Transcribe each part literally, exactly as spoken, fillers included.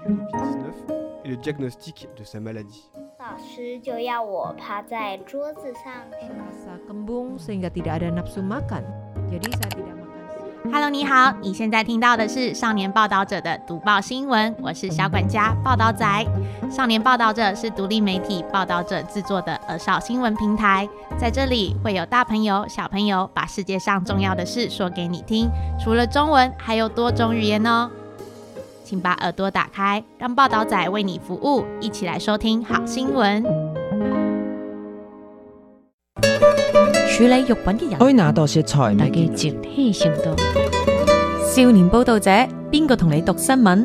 covid dix-neuf et le diagnostic de sa maladie. 老师就要我趴在桌子上。 Rasa kembung sehingga tidak ada nafsu makan. Jadi saya tidak makan siang. Hello， 你好，你现在听到的是少年报道者的读报新闻，我是小管家报道仔。少年报道者是独立媒体报道者制作的儿少新闻平台，在这里会有大朋友、小朋友把世界上重要的事说给你听，除了中文，还有多种语言哦。请把耳朵打開，讓報道仔為你服務，一起來收聽好新聞。 處理肉品嘅人開那道食材大嘅集體行動。少年報道者，邊個同你讀新聞？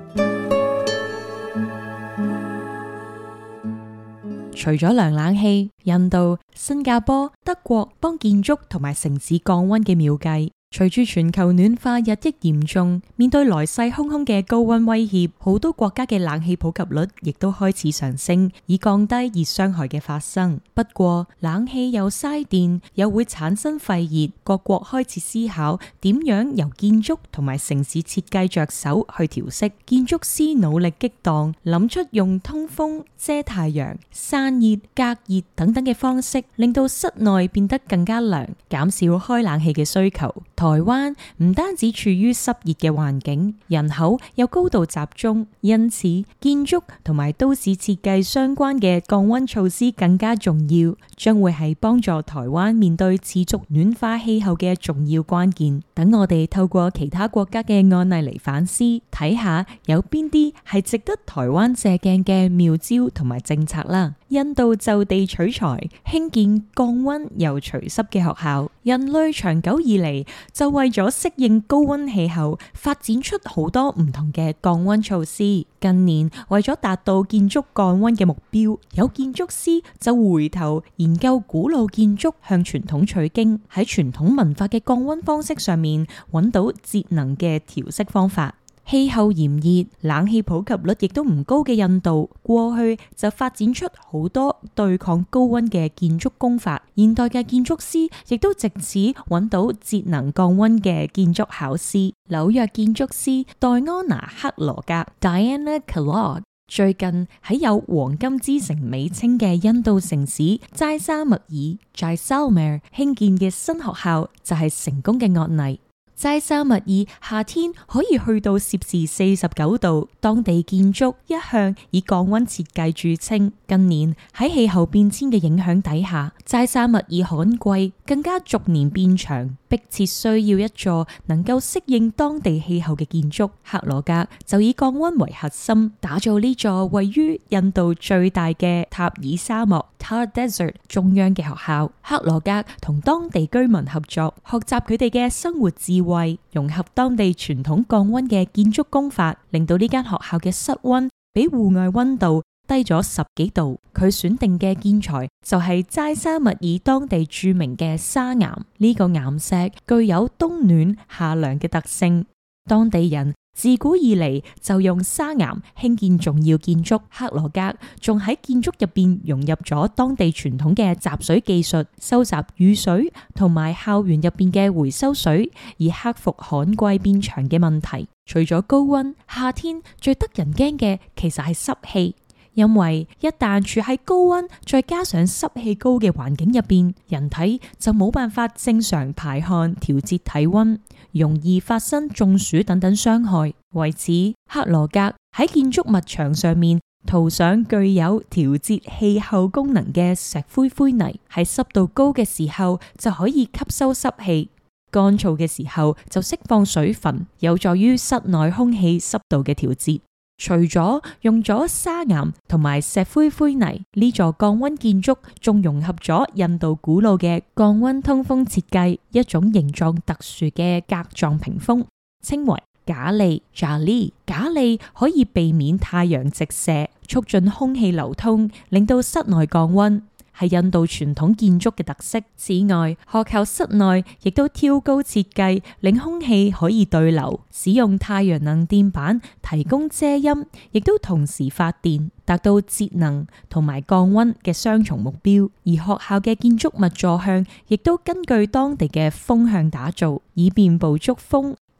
除咗涼冷氣，印度、新加坡、德國幫建築同埋城市降溫嘅妙計。隨住全球暖化日益嚴重，面對來勢洶洶嘅高溫威脅，好多國家嘅冷氣普及率亦都開始上升，以降低熱傷害嘅發生。不過，冷氣又嘥電，又會產生廢熱，各國開始思考點樣由建築同埋城市設計着手去調適。建築師努力激盪，諗出用通風、遮太陽、散熱、隔熱等等嘅方式，令到室內變得更加涼，減少開冷氣嘅需求。台灣唔單止處於濕熱嘅環境，人口又高度集中，因此建築同埋都市設計相關嘅降溫措施更加重要，將會係幫助台灣面對持續暖化氣候嘅重要關鍵。等我哋透過其他國家嘅案例嚟反思，睇下有邊啲係值得台灣借鏡嘅妙招同埋政策啦。印度就地取材，興建降溫又除濕嘅學校。人類長久以嚟就為咗適應高溫氣候，發展出好多唔同嘅降溫措施。近年為咗達到建築降溫嘅目標，有建築師就回頭研究古老建築，向傳統取經，喺傳統文化嘅降溫方式上面揾到節能嘅調適方法。氣候炎熱、冷氣普及率亦都唔高嘅印度，過去就發展出好多對抗高溫嘅建築工法。現代嘅建築師亦都藉此揾到節能降溫嘅建築巧思。紐約建築師戴安娜克羅格 （Diana Kellogg） 最近喺有黃金之城美稱嘅印度城市齋沙密爾 （Jaisalmer） 興建嘅新學校就係成功嘅案例。齋沙密爾夏天可以去到攝氏四十九度，當地建築一向以降溫設計著稱。近年喺氣候變遷嘅影響底下，齋沙密爾旱季更加逐年變長，迫切需要一座能夠適應當地氣候嘅建築。克羅格就以降溫為核心，打造呢座位於印度最大嘅塔爾沙漠 Thar Desert 中央嘅學校。克羅格同當地居民合作，學習佢哋嘅生活智慧。為融合當地傳統降溫嘅建築工法，令到呢間學校嘅室溫比戶外溫度低咗十幾度。佢選定嘅建材就係齋沙密爾當地著名嘅砂岩，呢、這個岩石具有冬暖夏涼嘅特性。當地人自古以嚟就用砂岩興建重要建築。克羅格仲喺建築入邊融入咗當地傳統嘅集水技術，收集雨水同埋校園入邊嘅回收水，以克服旱季變長嘅問題。除咗高溫，夏天最得人驚嘅其實係濕氣。因為一旦處喺高溫，再加上濕氣高嘅環境入邊，人體就冇辦法正常排汗調節體溫，容易發生中暑等等傷害。為此，克羅格喺建築物牆上面塗上具有調節氣候功能嘅石灰灰泥，喺濕度高嘅時候就可以吸收濕氣，乾燥嘅時候就釋放水分，有助於室內空氣濕度嘅調節。除咗用咗砂岩同埋石灰灰泥，呢座降溫建築仲融合咗印度古老嘅降溫通風設計，一種形狀特殊嘅格狀屏風，稱為架利 Jali。架利可以避免太陽直射，促進空氣流通，令到室內降溫，係印度傳統建築嘅特色。此外，學校室內亦都挑高設計，令空氣可以對流，使用太陽能電板提供遮陰，亦都同時發電，達到節能同埋降溫嘅雙重目標。而學校嘅建築物坐向亦都根據當地嘅風向打造，以便捕捉風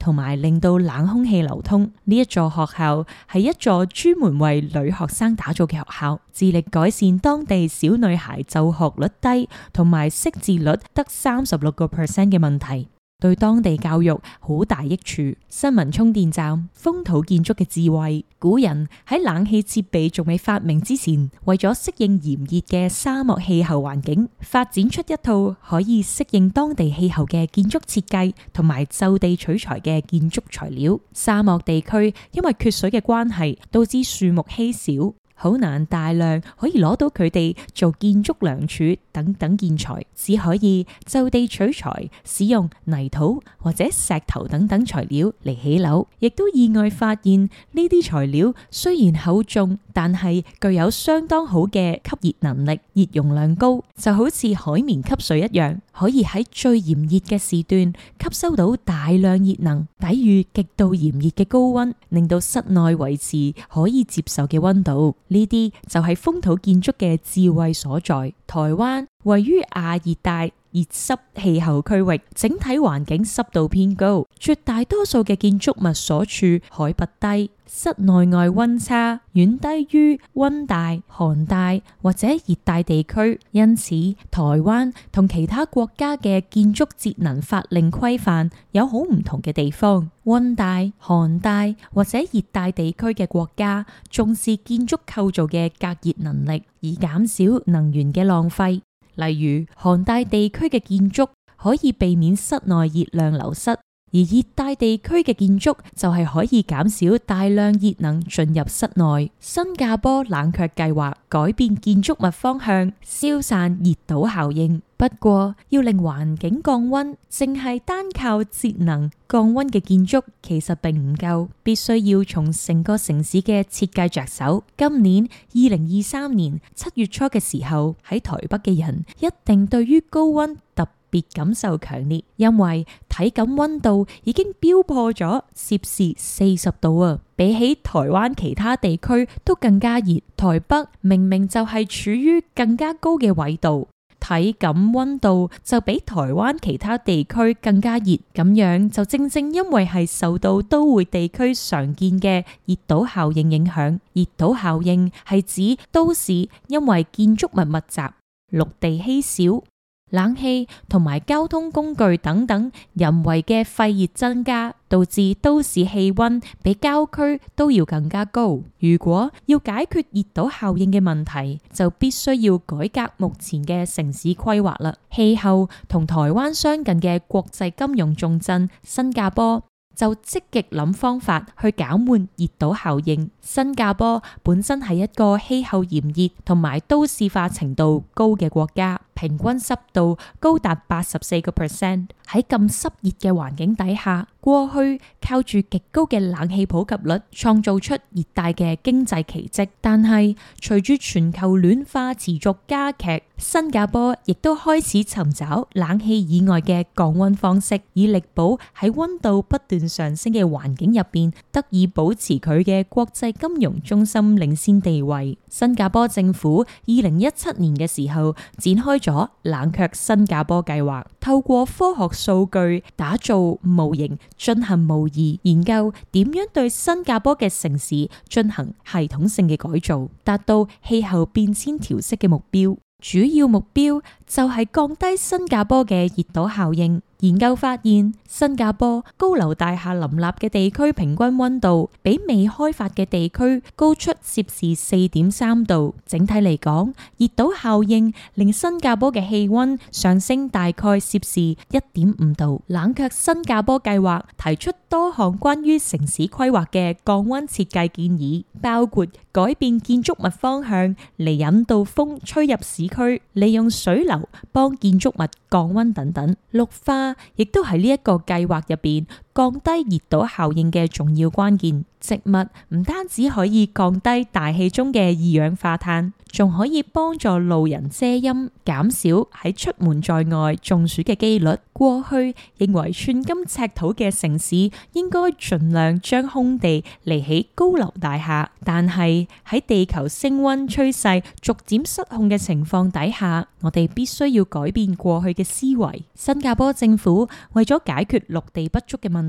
同埋令到冷空氣流通。呢一座學校係一座專門為女學生打造嘅學校，致力改善當地小女孩就學率低同埋識字率得三十六個 percent 嘅問題，對當地教育好大益處。新聞充電站，風土建築嘅智慧。古人喺冷氣設備仲未發明之前，為咗適應炎熱嘅沙漠氣候環境，發展出一套可以適應當地氣候嘅建築設計同埋就地取材嘅建築材料。沙漠地區因為缺水嘅關係，導致樹木稀少，好難大量可以攞到佢哋做建築梁柱等等建材，只可以就地取材，使用泥土或者石頭等等材料嚟起樓。亦都意外發現呢啲材料雖然厚重，但係具有相當好嘅吸熱能力，熱容量高，就好似海綿吸水一樣，可以喺最炎熱嘅時段吸收到大量熱能，抵禦極度炎熱嘅高溫，令到室內維持可以接受嘅溫度。呢啲就係風土建築嘅智慧所在。台灣位於亞熱帶熱濕氣候區域，整體環境濕度偏高，絕大多數嘅建築物所處海拔低，室內外溫差遠低於溫帶、寒帶或者熱帶地區，因此台灣同其他國家嘅建築節能法令規範有好唔同嘅地方。溫帶、寒帶或者熱帶地區嘅國家重視建築構造嘅隔熱能力，以減少能源嘅浪費。例如寒帶地區嘅建築可以避免室內熱量流失，而熱帶地區嘅建築就係可以減少大量熱能進入室內。新加坡冷卻計劃改變建築物方向，消散熱島效應。不過要令環境降溫，淨係單靠節能降溫嘅建築其實並唔夠，必須要從成個城市嘅設計着手。今年二零二三年七月初嘅時候，喺台北嘅人一定對於高溫特別感受強烈，因為體感溫度已經飆破咗攝氏四十度啊！比起台灣其他地區都更加熱，台北明明就係處於更加高嘅緯度，體感溫度就比台灣其他地區更加熱，咁樣就正正因為係受到都會地區常見嘅熱島效應影響。熱島效應係指都市因為建築物密集、陸地稀少、冷氣同埋交通工具等等人為嘅廢熱增加，導致都市氣溫比郊區都要更加高。如果要解決熱島效應嘅問題，就必須要改革目前嘅城市規劃啦。氣候同台灣相近嘅國際金融重鎮新加坡就積極諗方法去減緩熱島效應。新加坡本身係一個氣候炎熱同埋都市化程度高嘅國家，平均濕度高達八十四個 percent。喺咁濕熱嘅環境底下，過去靠住極高嘅冷氣普及率，創造出熱帶嘅經濟奇蹟。但係隨住全球暖化持續加劇，新加坡亦都開始尋找冷氣以外嘅降溫方式，以力保喺溫度不斷上升嘅環境入邊，得以保持佢嘅國際金融中心領先地位。新加坡政府二零一七年嘅時候展開咗冷卻新加坡計劃，透過科學數據打造模型，進行模擬研究，點樣對新加坡嘅城市進行系統性嘅改造，達到氣候變遷調適嘅目標。主要目標就係降低新加坡嘅熱島效應。研究發現，新加坡高樓大廈林立嘅地區平均溫度比未開發嘅地區高出攝氏四點三度。整體嚟講，熱島效應令新加坡嘅氣溫上升大概攝氏一點五度。冷卻新加坡計劃提出多項關於城市規劃嘅降溫設計建議，包括改變建築物方向嚟引導風吹入市區，利用水流幫建築物降溫等等。綠化亦都係呢一個計劃入邊降低熱島效應嘅重要關鍵。植物唔單止可以降低大氣中嘅二氧化碳，仲可以幫助路人遮陰，減少喺出門在外中暑嘅機率。過去認為寸金尺土嘅城市應該盡量將空地嚟起高樓大廈，但係喺地球升溫趨勢逐漸失控嘅情況底下，我哋必須要改變過去嘅思維。新加坡政府為咗解決陸地不足嘅問題，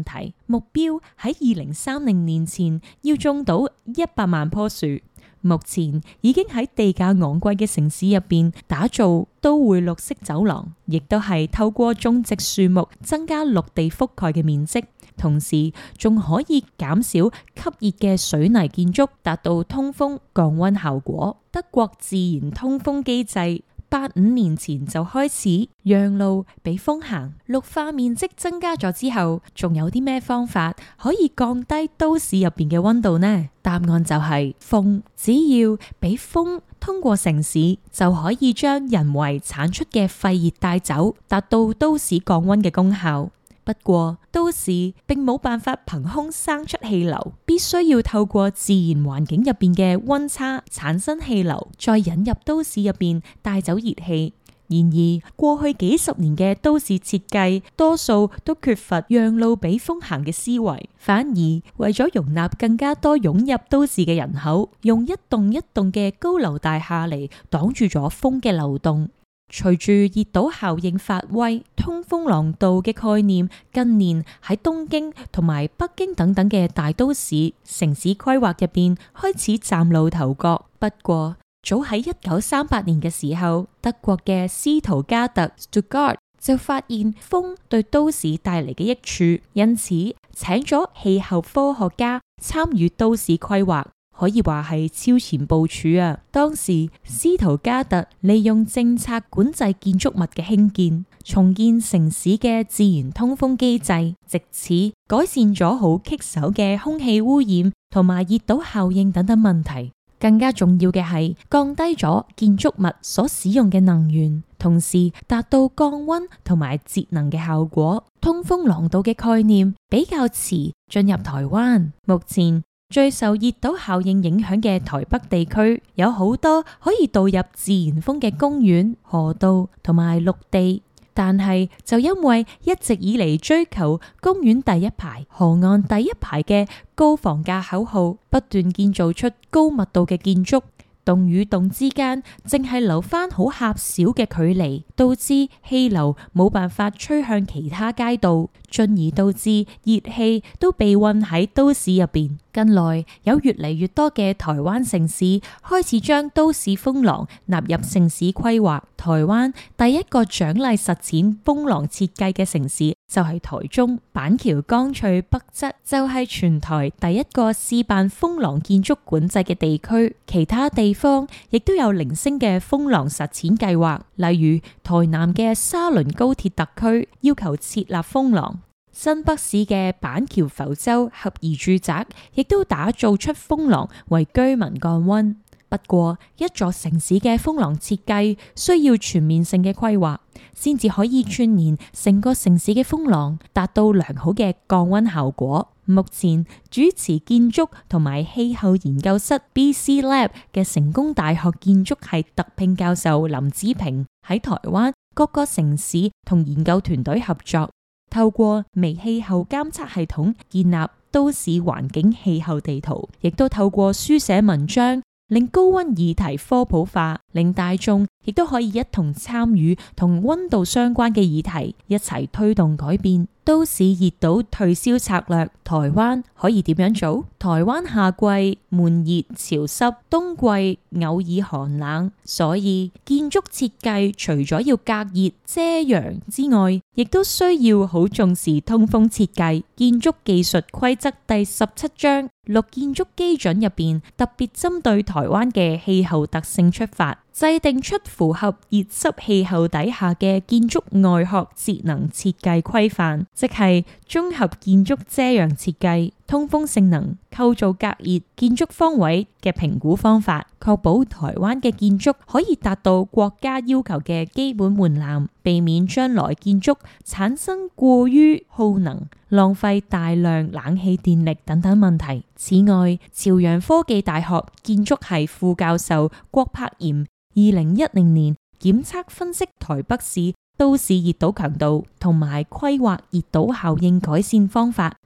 目標喺二零三零年前要種到一百萬棵樹。目前已經喺地價昂貴嘅城市入邊打造都會綠色走廊，亦都係透過種植樹木增加陸地覆蓋嘅面積，同時仲可以減少吸熱嘅水泥建築，達到通風降溫效果。德國自然通風機制八五年前就開始讓路俾風行，綠化面積增加咗之後，仲有啲咩方法可以降低都市入邊嘅溫度呢？答案就係風，只要俾風通過城市，就可以將人為產出嘅廢熱帶走，達到都市降溫嘅功效。不過，都市並冇辦法憑空生出氣流，必須要透過自然環境入邊嘅溫差產生氣流，再引入都市入邊帶走熱氣。然而，過去幾十年嘅都市設計，多數都缺乏讓路俾風行嘅思維，反而為咗容納更加多湧入都市嘅人口，用一棟一棟嘅高樓大廈嚟擋住咗風嘅流動。隨住熱島效應發威，通風廊道嘅概念近年喺東京同埋北京等等嘅大都市城市規劃入邊開始嶄露頭角。不過，早喺一九三八年嘅時候，德國嘅斯圖加特 Stuttgart 就發現風對都市帶嚟嘅益處，因此請咗氣候科學家參與都市規劃。可以話係超前部署啊！當時斯圖加特利用政策管制建築物嘅興建，重建城市嘅自然通風機制，藉此改善咗好棘手嘅空氣污染同埋熱島效應等等問題。更加重要嘅係降低咗建築物所使用嘅能源，同時達到降溫同埋節能嘅效果。通風廊道嘅概念比較遲進入台灣，目前最受熱島效應影響嘅台北地區，有好多可以導入自然風嘅公園、河道同埋陸地，但係就因為一直以嚟追求公園第一排、河岸第一排嘅高房價口號，不斷建造出高密度嘅建築，棟與棟之間淨係留翻好狹小嘅距離，導致氣流冇辦法吹向其他街道，進而導致熱氣都被困喺都市入邊。近來有越嚟越多嘅台灣城市開始將都市風廊納入城市規劃。台灣第一個獎勵實踐風廊設計嘅城市就係台中，板橋江翠北側就係全台第一個試辦風廊建築管制嘅地區。其他地方亦都有零星嘅風廊實踐計劃，例如台南嘅沙崙高鐵特區要求設立風廊。新北市嘅板橋浮洲合宜住宅亦都打造出風廊為居民降溫。不過，一座城市嘅風廊設計需要全面性嘅規劃，先至可以串聯成個城市嘅風廊，達到良好嘅降溫效果。目前主持建築同埋氣候研究室 B C Lab 嘅成功大學建築系特聘教授林子平喺台灣各個城市同研究團隊合作，透過微氣候監測系統建立都市環境氣候地圖，亦都透過書寫文章令高溫議題科普化，令大眾亦都可以一同參與同溫度相關嘅議題，一齊推動改變。都市熱島退燒策略，台灣可以點樣做？台灣夏季悶熱潮濕，冬季偶爾寒冷，所以建築設計除咗要隔熱遮陽之外，亦都需要好重視通風設計。建築技術規則第十七章六建築基準入邊，特別針對台灣嘅氣候特性出發，制定出符合熱濕氣候底下嘅建築外殼節能設計規範，即係綜合建築遮陽設計、通風性能、構造隔熱、建築方位嘅評估方法，確保台灣嘅建築可以達到國家要求嘅基本門檻，避免將來建築產生過於耗能、浪費大量冷氣電力等等問題。此外，朝陽科技大學建築系副教授郭柏炎二零一零年檢測分析台北市都市熱島強度同埋規劃熱島效應改善方法，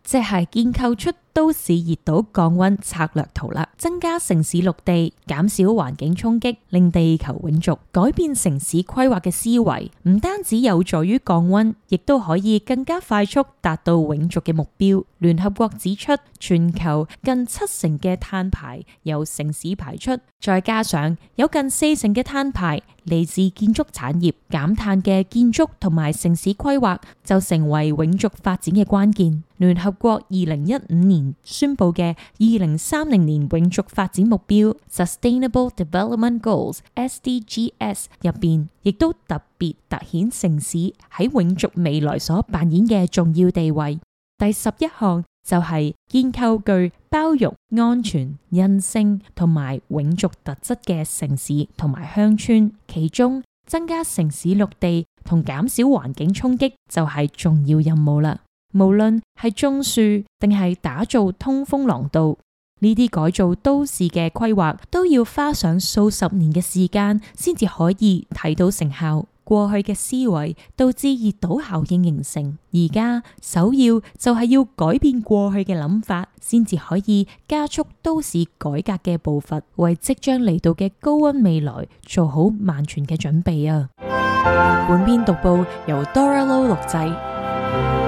即係建構出都市熱島降溫策略圖啦，增加城市綠地，減少環境衝擊，令地球永續。改變城市規劃嘅思維，唔單止有助於降溫，亦都可以更加快速達到永續嘅目標。聯合國指出，全球近七成嘅碳排由城市排出，再加上有近四成嘅碳排嚟自建築產業，減碳嘅建築同埋城市規劃就成為永續發展嘅關鍵。聯合國二零一五年宣布嘅二零三零年永續發展目標 Sustainable Development Goals S D G S 入邊，亦都特別凸顯城市喺永續未來所扮演嘅重要地位。第十一項就係建構具包容、安全、韌性同埋永續特質嘅城市同埋鄉村，其中增加城市綠地同減少環境衝擊就係重要任務啦。無論係種樹定係打造通風廊道，呢啲改造都市嘅規劃都要花上數十年嘅時間先至可以睇到成效。過去嘅思維導致熱島效應形成，而家首要就係要改變過去嘅諗法，先至可以加速都市改革嘅步伐，為即將嚟到嘅高溫未來做好萬全嘅準備啊！本篇讀報由 Dora Lo 錄製。